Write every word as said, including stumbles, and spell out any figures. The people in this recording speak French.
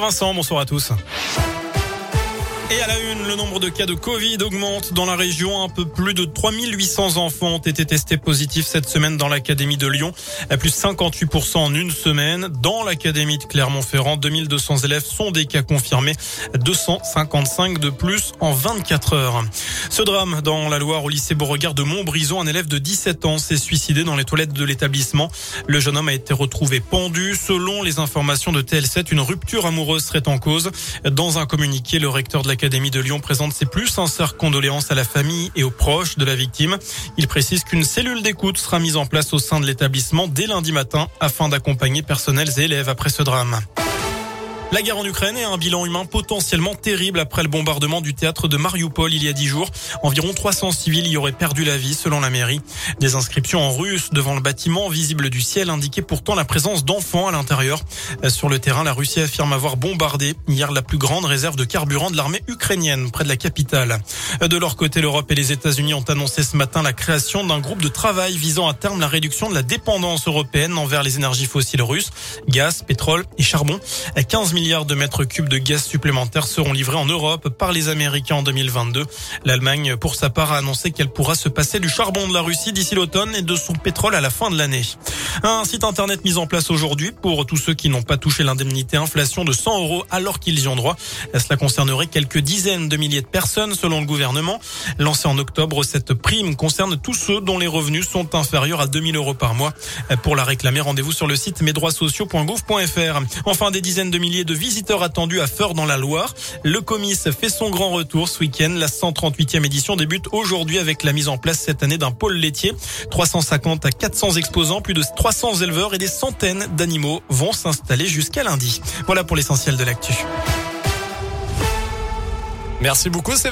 Bonsoir Vincent, bonsoir à tous. Et à la une, le nombre de cas de Covid augmente dans la région. Un peu plus de trois mille huit cents enfants ont été testés positifs cette semaine dans l'académie de Lyon. À plus cinquante-huit pour cent en une semaine. Dans l'académie de Clermont-Ferrand, deux mille deux cents élèves sont des cas confirmés. deux cent cinquante-cinq de plus en vingt-quatre heures. Ce drame dans la Loire au lycée Beauregard de Montbrison, un élève de dix-sept ans s'est suicidé dans les toilettes de l'établissement. Le jeune homme a été retrouvé pendu. Selon les informations de T L sept, une rupture amoureuse serait en cause. Dans un communiqué, le recteur de la L'Académie de Lyon présente ses plus sincères condoléances à la famille et aux proches de la victime. Il précise qu'une cellule d'écoute sera mise en place au sein de l'établissement dès lundi matin afin d'accompagner personnels et élèves après ce drame. La guerre en Ukraine et un bilan humain potentiellement terrible après le bombardement du théâtre de Mariupol il y a dix jours. Environ trois cents civils y auraient perdu la vie selon la mairie. Des inscriptions en russe devant le bâtiment visible du ciel indiquaient pourtant la présence d'enfants à l'intérieur. Sur le terrain, la Russie affirme avoir bombardé hier la plus grande réserve de carburant de l'armée ukrainienne près de la capitale. De leur côté, l'Europe et les États-Unis ont annoncé ce matin la création d'un groupe de travail visant à terme la réduction de la dépendance européenne envers les énergies fossiles russes, gaz, pétrole et charbon. quinze milliards de mètres cubes de gaz supplémentaires seront livrés en Europe par les Américains en deux mille vingt-deux. L'Allemagne, pour sa part, a annoncé qu'elle pourra se passer du charbon de la Russie d'ici l'automne et de son pétrole à la fin de l'année. Un site internet mis en place aujourd'hui pour tous ceux qui n'ont pas touché l'indemnité inflation de cent euros alors qu'ils y ont droit. Cela concernerait quelques dizaines de milliers de personnes selon le gouvernement. Lancé en octobre, cette prime concerne tous ceux dont les revenus sont inférieurs à deux mille euros par mois. Pour la réclamer, rendez-vous sur le site mes droits sociaux point gouv point f r. Enfin, des dizaines de milliers de de visiteurs attendus à Feurs dans la Loire. Le Comice fait son grand retour ce week-end. La cent trente-huitième édition débute aujourd'hui avec la mise en place cette année d'un pôle laitier. trois cent cinquante à quatre cents exposants, plus de trois cents éleveurs et des centaines d'animaux vont s'installer jusqu'à lundi. Voilà pour l'essentiel de l'actu. Merci beaucoup.